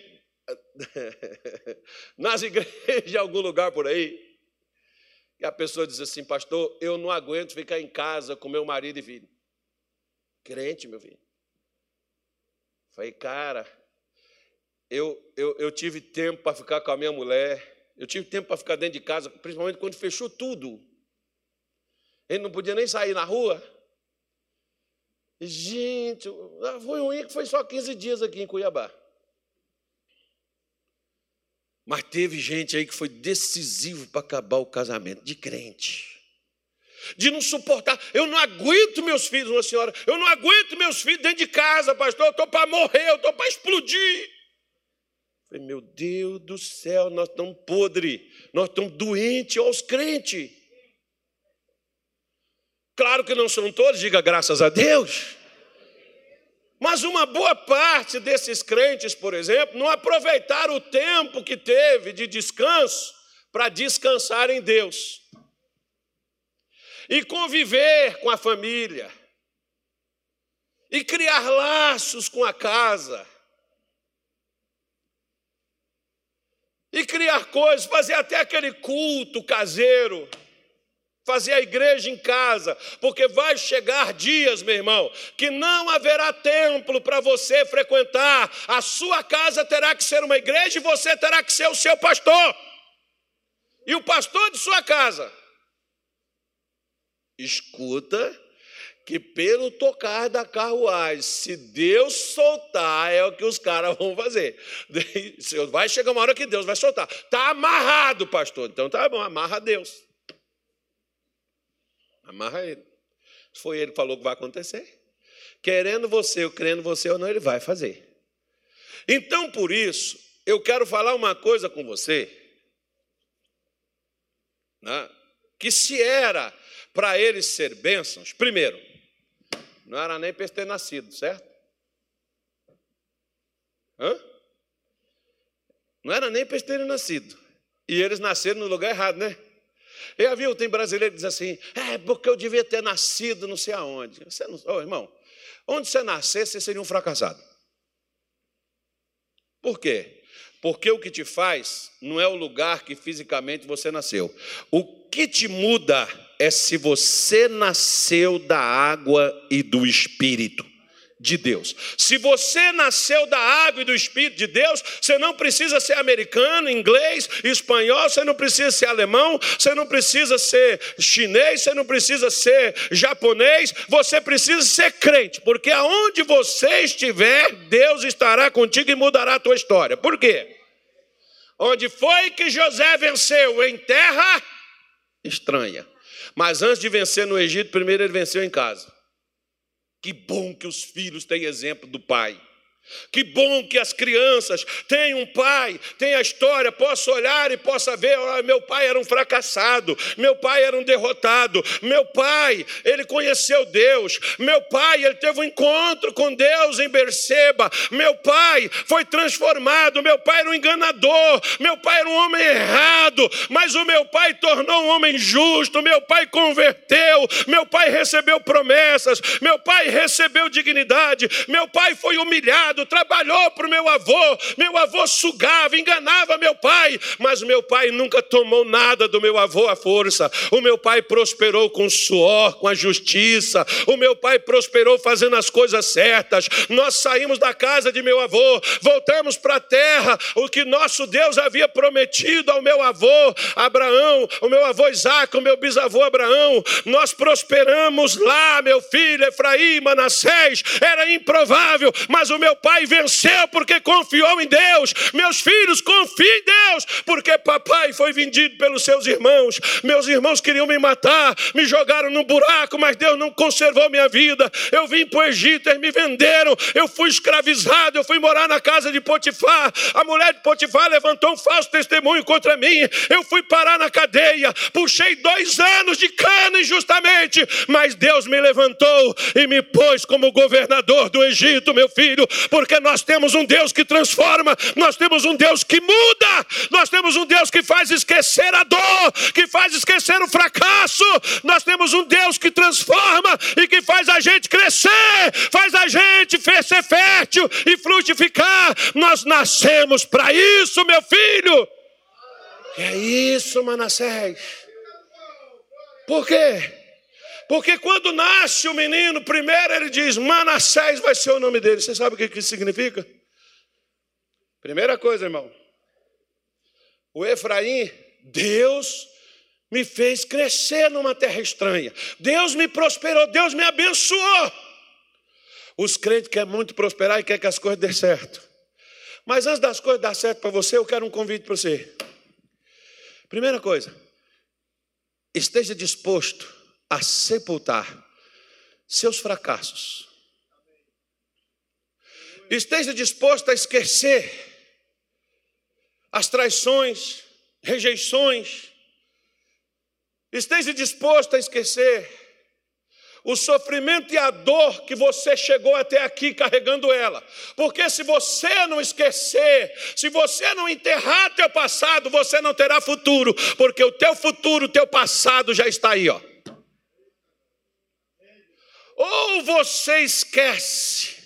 nas igrejas de algum lugar por aí, que a pessoa diz assim, pastor, eu não aguento ficar em casa com meu marido e filho. Crente, meu filho. Falei, cara, eu tive tempo para ficar com a minha mulher, eu tive tempo para ficar dentro de casa, principalmente quando fechou tudo. Ele não podia nem sair na rua. Gente, foi ruim que foi só 15 dias aqui em Cuiabá. Mas teve gente aí que foi decisivo para acabar o casamento, de crente. De não suportar. Eu não aguento meus filhos, uma senhora. Eu não aguento meus filhos dentro de casa, pastor. Eu estou para morrer, eu estou para explodir. Eu falei, meu Deus do céu, nós estamos podres. Nós estamos doentes aos crentes. Claro que não são todos, diga graças a Deus. Mas uma boa parte desses crentes, por exemplo, não aproveitaram o tempo que teve de descanso para descansar em Deus. E conviver com a família. E criar laços com a casa. E criar coisas, fazer até aquele culto caseiro. Fazer a igreja em casa, porque vai chegar dias, meu irmão, que não haverá templo para você frequentar. A sua casa terá que ser uma igreja e você terá que ser o seu pastor. E o pastor de sua casa. Escuta que pelo tocar da carruagem, se Deus soltar, é o que os caras vão fazer. Vai chegar uma hora que Deus vai soltar. Está amarrado, pastor. Então tá bom, amarra Deus. Amarra ele. Foi ele que falou que vai acontecer. Querendo você, ou crendo você ou não, ele vai fazer. Então, por isso, eu quero falar uma coisa com você, né? Que se era para eles ser bênçãos, primeiro, não era nem para eles terem nascido, certo? Não era nem para eles terem nascido. E eles nasceram no lugar errado, né? Já viu, tem brasileiro que diz assim, porque eu devia ter nascido não sei aonde. Você não, irmão, onde você nascer, você seria um fracassado. Por quê? Porque o que te faz não é o lugar que fisicamente você nasceu. O que te muda é se você nasceu da água e do Espírito de Deus. Se você nasceu da água e do Espírito de Deus, você não precisa ser americano, inglês, espanhol, você não precisa ser alemão, você não precisa ser chinês, você não precisa ser japonês, você precisa ser crente, porque aonde você estiver, Deus estará contigo e mudará a tua história. Por quê? Onde foi que José venceu? Em terra estranha. Mas antes de vencer no Egito, primeiro ele venceu em casa. Que bom que os filhos têm exemplo do pai. Que bom que as crianças têm um pai, têm a história, posso olhar e possa ver, meu pai era um fracassado, meu pai era um derrotado, meu pai, ele conheceu Deus, meu pai, ele teve um encontro com Deus em Berseba, meu pai foi transformado, meu pai era um enganador, meu pai era um homem errado, mas o meu pai tornou um homem justo, meu pai converteu, meu pai recebeu promessas, meu pai recebeu dignidade, meu pai foi humilhado, trabalhou para o meu avô sugava, enganava meu pai, mas meu pai nunca tomou nada do meu avô à força. O meu pai prosperou com suor, com a justiça, o meu pai prosperou fazendo as coisas certas. Nós saímos da casa de meu avô, voltamos para a terra, o que nosso Deus havia prometido ao meu avô Abraão, o meu avô Isaac, o meu bisavô Abraão. Nós prosperamos lá, meu filho Efraim, Manassés, era improvável, mas o meu pai venceu porque confiou em Deus. Meus filhos, confiem em Deus, porque papai foi vendido pelos seus irmãos. Meus irmãos queriam me matar, me jogaram no buraco, mas Deus não conservou minha vida. Eu vim para o Egito, eles me venderam, eu fui escravizado, eu fui morar na casa de Potifar. A mulher de Potifar levantou um falso testemunho contra mim, eu fui parar na cadeia, puxei 2 anos de cana injustamente, mas Deus me levantou e me pôs como governador do Egito, meu filho, porque nós temos um Deus que transforma, nós temos um Deus que muda, nós temos um Deus que faz esquecer a dor, que faz esquecer o fracasso, nós temos um Deus que transforma e que faz a gente crescer, faz a gente ser fértil e frutificar. Nós nascemos para isso, meu filho. É isso, Manassés. Por quê? Porque quando nasce o menino, primeiro ele diz, Manassés vai ser o nome dele. Você sabe o que isso significa? Primeira coisa, irmão. O Efraim, Deus me fez crescer numa terra estranha. Deus me prosperou, Deus me abençoou. Os crentes querem muito prosperar e querem que as coisas dêem certo. Mas antes das coisas dar certo para você, eu quero um convite para você. Primeira coisa, esteja disposto a sepultar seus fracassos. Esteja disposto a esquecer as traições, rejeições. Esteja disposto a esquecer o sofrimento e a dor que você chegou até aqui carregando ela. Porque se você não esquecer, se você não enterrar teu passado, você não terá futuro. Porque o teu futuro, o teu passado já está aí, ó. Ou você esquece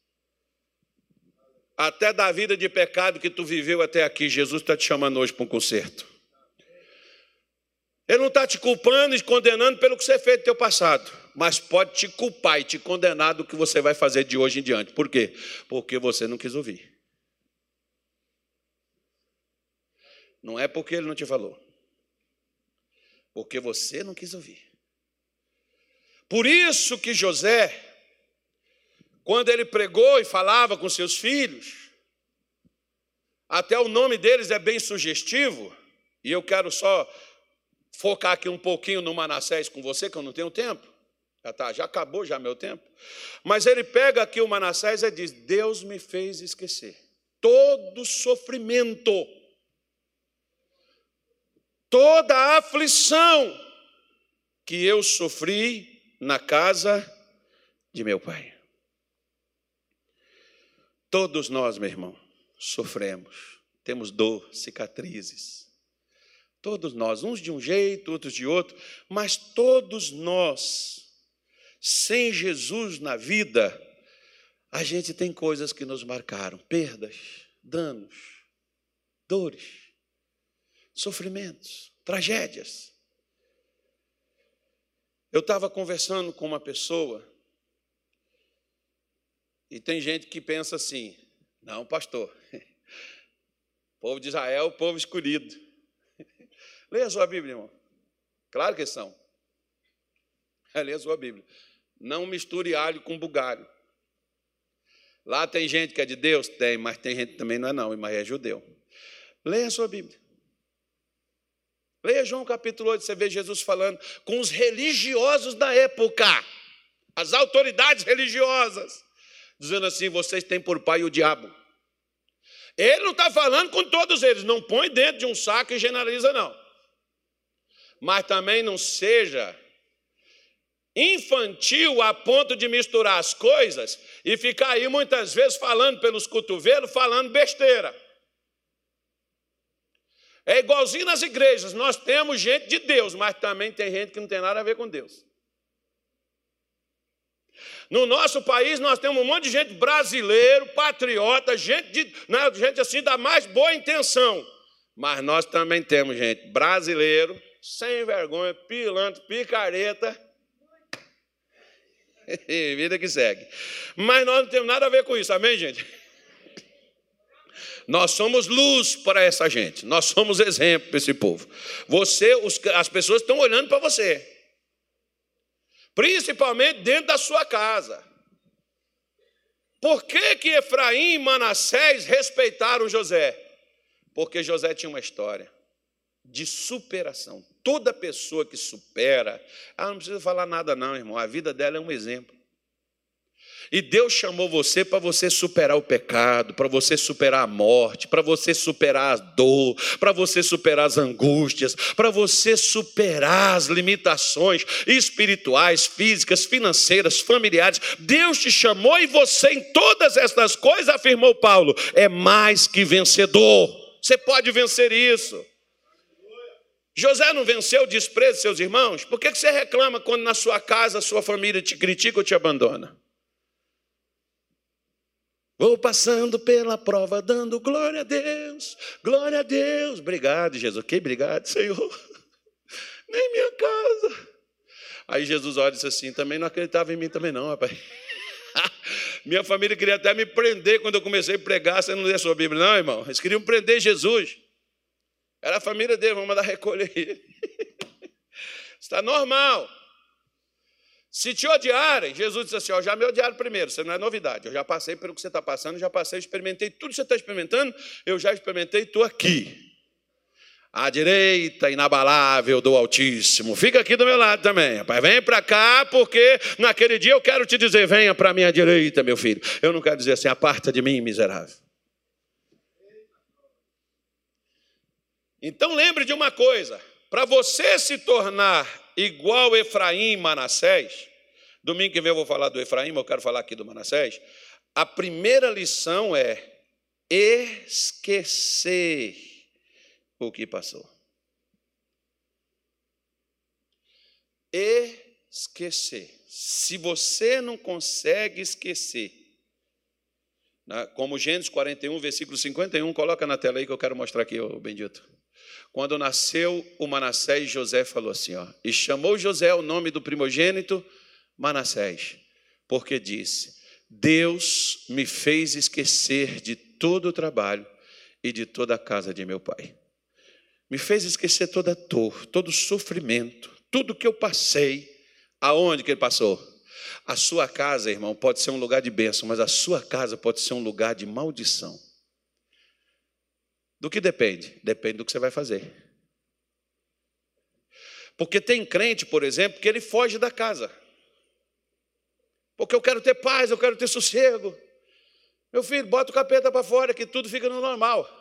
até da vida de pecado que tu viveu até aqui. Jesus está te chamando hoje para um conserto. Ele não está te culpando e te condenando pelo que você fez no teu passado, mas pode te culpar e te condenar do que você vai fazer de hoje em diante. Por quê? Porque você não quis ouvir. Não é porque ele não te falou. Porque você não quis ouvir. Por isso que José, quando ele pregou e falava com seus filhos, até o nome deles é bem sugestivo, e eu quero só focar aqui um pouquinho no Manassés com você, que eu não tenho tempo. Já acabou já meu tempo. Mas ele pega aqui o Manassés e diz, Deus me fez esquecer todo sofrimento, toda a aflição que eu sofri na casa de meu pai. Todos nós, meu irmão, sofremos, temos dor, cicatrizes. Todos nós, uns de um jeito, outros de outro, mas todos nós, sem Jesus na vida, a gente tem coisas que nos marcaram, perdas, danos, dores, sofrimentos, tragédias. Eu estava conversando com uma pessoa e tem gente que pensa assim, não, pastor, o povo de Israel é o povo escolhido. Leia a sua Bíblia, irmão. Claro que são. Leia a sua Bíblia. Não misture alho com bugalho. Lá tem gente que é de Deus? Tem, mas tem gente que também não é não, mas é judeu. Leia a sua Bíblia. Leia João capítulo 8, você vê Jesus falando com os religiosos da época, as autoridades religiosas, dizendo assim, vocês têm por pai o diabo. Ele não está falando com todos eles, não põe dentro de um saco e generaliza não. Mas também não seja infantil a ponto de misturar as coisas e ficar aí muitas vezes falando pelos cotovelos, falando besteira. É igualzinho nas igrejas, nós temos gente de Deus, mas também tem gente que não tem nada a ver com Deus. No nosso país nós temos um monte de gente brasileiro, patriota, gente assim da mais boa intenção. Mas nós também temos gente brasileiro, sem vergonha, pilantra, picareta. Vida que segue. Mas nós não temos nada a ver com isso, amém, gente? Nós somos luz para essa gente. Nós somos exemplo para esse povo. As pessoas estão olhando para você. Principalmente dentro da sua casa. Por que Efraim e Manassés respeitaram José? Porque José tinha uma história de superação. Toda pessoa que supera, ela não precisa falar nada não, irmão. A vida dela é um exemplo. E Deus chamou você para você superar o pecado, para você superar a morte, para você superar a dor, para você superar as angústias, para você superar as limitações espirituais, físicas, financeiras, familiares. Deus te chamou e você em todas estas coisas, afirmou Paulo, é mais que vencedor. Você pode vencer isso. José não venceu o desprezo de seus irmãos? Por que você reclama quando na sua casa a sua família te critica ou te abandona? Vou passando pela prova, dando glória a Deus, glória a Deus. Obrigado, Jesus. Ok, obrigado, Senhor. Nem minha casa. Aí Jesus olha e disse assim, também não acreditava em mim também não, rapaz. Minha família queria até me prender quando eu comecei a pregar, você não lê a sua Bíblia não, irmão? Eles queriam prender Jesus. Era a família dele, vamos mandar recolher ele. Está normal. Se te odiarem, Jesus disse assim, já me odiaram primeiro, isso não é novidade. Eu já passei pelo que você está passando, já passei, experimentei tudo que você está experimentando, eu já experimentei, estou aqui. À direita inabalável do Altíssimo. Fica aqui do meu lado também, rapaz. Vem para cá, porque naquele dia eu quero te dizer, venha para a minha direita, meu filho. Eu não quero dizer assim, aparta de mim, miserável. Então lembre de uma coisa, para você se tornar igual Efraim e Manassés, domingo que vem eu vou falar do Efraim, mas eu quero falar aqui do Manassés, a primeira lição é esquecer o que passou. Esquecer. Se você não consegue esquecer, como Gênesis 41, versículo 51, coloca na tela aí que eu quero mostrar aqui, ô bendito. Quando nasceu o Manassés, José falou assim, e chamou José o nome do primogênito Manassés, porque disse, Deus me fez esquecer de todo o trabalho e de toda a casa de meu pai. Me fez esquecer toda a dor, todo o sofrimento, tudo que eu passei. Aonde que ele passou? A sua casa, irmão, pode ser um lugar de bênção, mas a sua casa pode ser um lugar de maldição. Do que depende? Depende do que você vai fazer. Porque tem crente, por exemplo, que ele foge da casa. Porque eu quero ter paz, eu quero ter sossego. Meu filho, bota o capeta para fora que tudo fica no normal.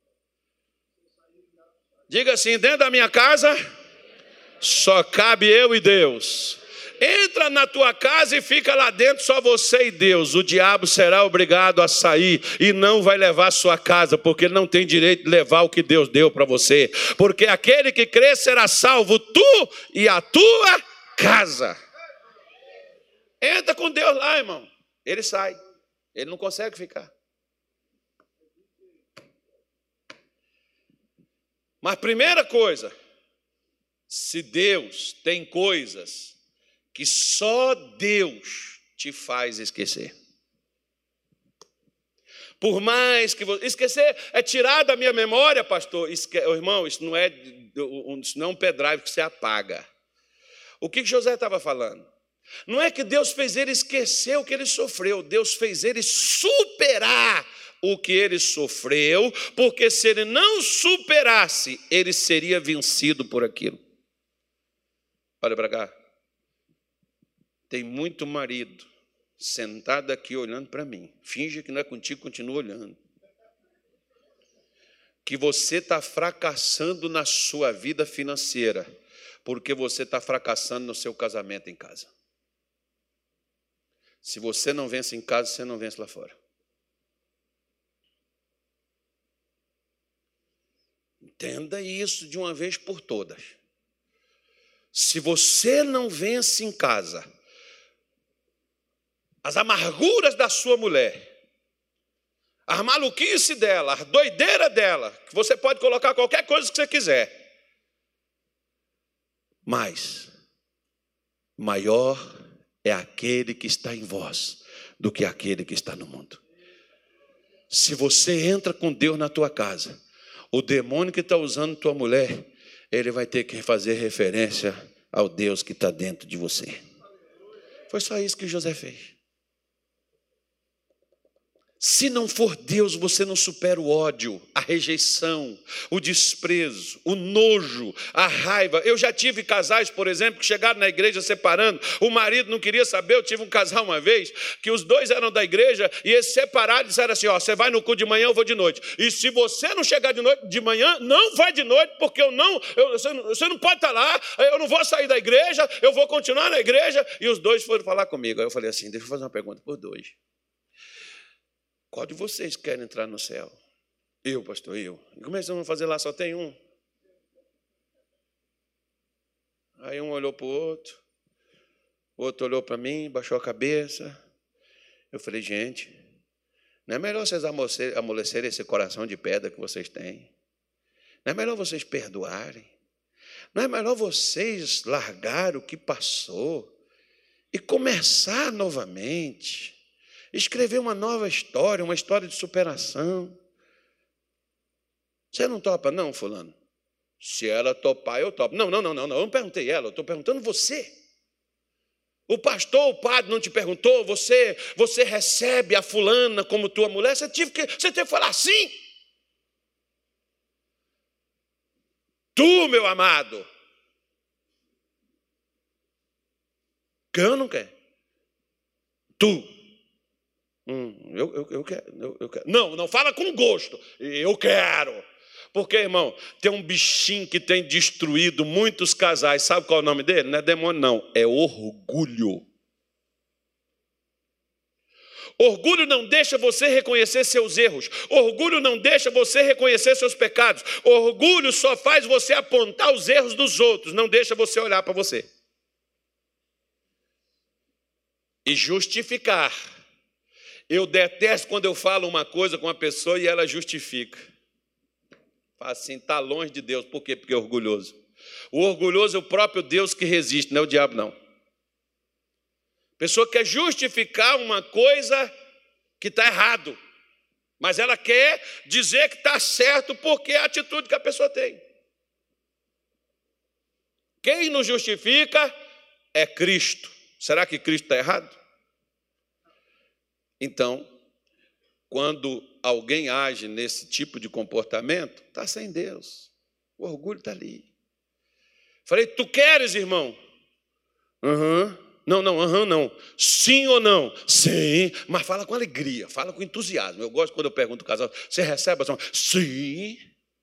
Diga assim, dentro da minha casa, só cabe eu e Deus. Entra na tua casa e fica lá dentro só você e Deus. O diabo será obrigado a sair e não vai levar a sua casa, porque ele não tem direito de levar o que Deus deu para você. Porque aquele que crê será salvo, tu e a tua casa. Entra com Deus lá, irmão. Ele sai. Ele não consegue ficar. Mas primeira coisa, se Deus tem coisas que só Deus te faz esquecer. Por mais que você... Esquecer é tirar da minha memória, pastor. Irmão, isso não é um pendrive que você apaga. O que José estava falando? Não é que Deus fez ele esquecer o que ele sofreu. Deus fez ele superar o que ele sofreu, porque se ele não superasse, ele seria vencido por aquilo. Olha para cá. Tem muito marido sentado aqui olhando para mim. Finge que não é contigo, continua olhando. Que você está fracassando na sua vida financeira, porque você está fracassando no seu casamento em casa. Se você não vence em casa, você não vence lá fora. Entenda isso de uma vez por todas. Se você não vence em casa as amarguras da sua mulher, as maluquices dela, a doideira dela, que você pode colocar qualquer coisa que você quiser, mas maior é aquele que está em vós do que aquele que está no mundo. Se você entra com Deus na tua casa, o demônio que está usando tua mulher, ele vai ter que fazer referência ao Deus que está dentro de você. Foi só isso que José fez. Se não for Deus, você não supera o ódio, a rejeição, o desprezo, o nojo, a raiva. Eu já tive casais, por exemplo, que chegaram na igreja separando. O marido não queria saber. Eu tive um casal uma vez, que os dois eram da igreja, e eles separaram e disseram assim, você vai no culto de manhã, eu vou de noite. E se você não chegar de manhã, não vai de noite, porque você não pode estar lá, eu não vou sair da igreja, eu vou continuar na igreja. E os dois foram falar comigo. Aí eu falei assim, deixa eu fazer uma pergunta por dois. Qual de vocês quer entrar no céu? Eu, pastor, eu. E como é que vocês vão fazer lá? Só tem um. Aí um olhou para o outro olhou para mim, baixou a cabeça. Eu falei, gente, não é melhor vocês amolecerem esse coração de pedra que vocês têm? Não é melhor vocês perdoarem? Não é melhor vocês largar o que passou e começar novamente, escrever uma nova história, uma história de superação? Você não topa, não, fulano? Se ela topar, eu topo. Não, eu não perguntei ela, eu estou perguntando você. O pastor, o padre não te perguntou, você recebe a fulana como tua mulher, você teve que falar sim. Tu, meu amado. Quer ou não quer? Tu. Eu quero. Não fala com gosto. Eu quero. Porque, irmão, tem um bichinho que tem destruído muitos casais. Sabe qual é o nome dele? Não é demônio, não. É orgulho. Orgulho não deixa você reconhecer seus erros. Orgulho não deixa você reconhecer seus pecados. Orgulho só faz você apontar os erros dos outros. Não deixa você olhar para você. E justificar. Eu detesto quando eu falo uma coisa com uma pessoa e ela justifica. Assim, está longe de Deus. Por quê? Porque é orgulhoso. O orgulhoso é o próprio Deus que resiste, não é o diabo, não. A pessoa quer justificar uma coisa que está errado, mas ela quer dizer que está certo porque é a atitude que a pessoa tem. Quem nos justifica é Cristo. Será que Cristo está errado? Então, quando alguém age nesse tipo de comportamento, está sem Deus. O orgulho está ali. Falei, tu queres, irmão? Não. Sim ou não? Sim, mas fala com alegria, fala com entusiasmo. Eu gosto quando eu pergunto ao casal, você recebe a sua? Sim.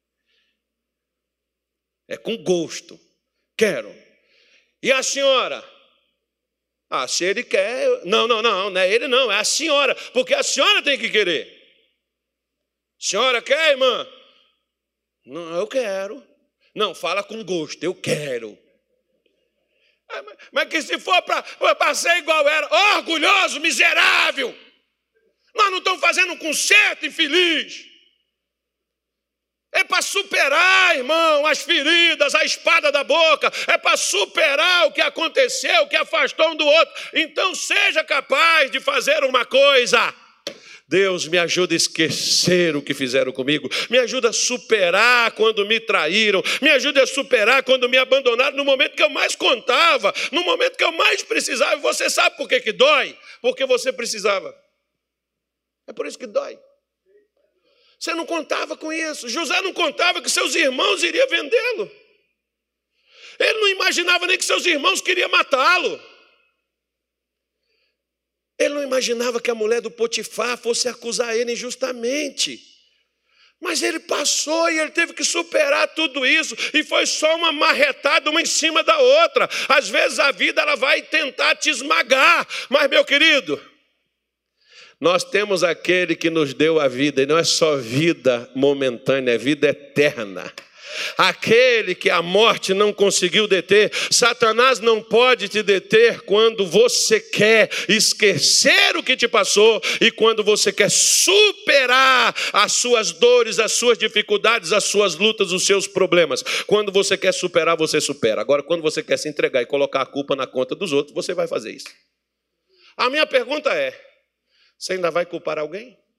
É com gosto. Quero. E a senhora? Se ele quer... Não é ele não, é a senhora, porque a senhora tem que querer. Senhora quer, irmã? Não, eu quero. Não, fala com gosto, eu quero. Mas que se for para ser igual era, orgulhoso, miserável. Nós não estamos fazendo um concerto infeliz. É para superar, irmão, as feridas, a espada da boca. É para superar o que aconteceu, o que afastou um do outro. Então seja capaz de fazer uma coisa. Deus, me ajuda a esquecer o que fizeram comigo. Me ajuda a superar quando me traíram. Me ajuda a superar quando me abandonaram no momento que eu mais contava. No momento que eu mais precisava. E você sabe por que dói? Porque você precisava. É por isso que dói. Você não contava com isso. José não contava que seus irmãos iriam vendê-lo. Ele não imaginava nem que seus irmãos queriam matá-lo. Ele não imaginava que a mulher do Potifar fosse acusar ele injustamente. Mas ele passou e ele teve que superar tudo isso. E foi só uma marretada uma em cima da outra. Às vezes a vida ela vai tentar te esmagar. Mas, meu querido, nós temos aquele que nos deu a vida. E não é só vida momentânea, é vida eterna. Aquele que a morte não conseguiu deter. Satanás não pode te deter quando você quer esquecer o que te passou e quando você quer superar as suas dores, as suas dificuldades, as suas lutas, os seus problemas. Quando você quer superar, você supera. Agora, quando você quer se entregar e colocar a culpa na conta dos outros, você vai fazer isso. A minha pergunta é, você ainda vai culpar alguém?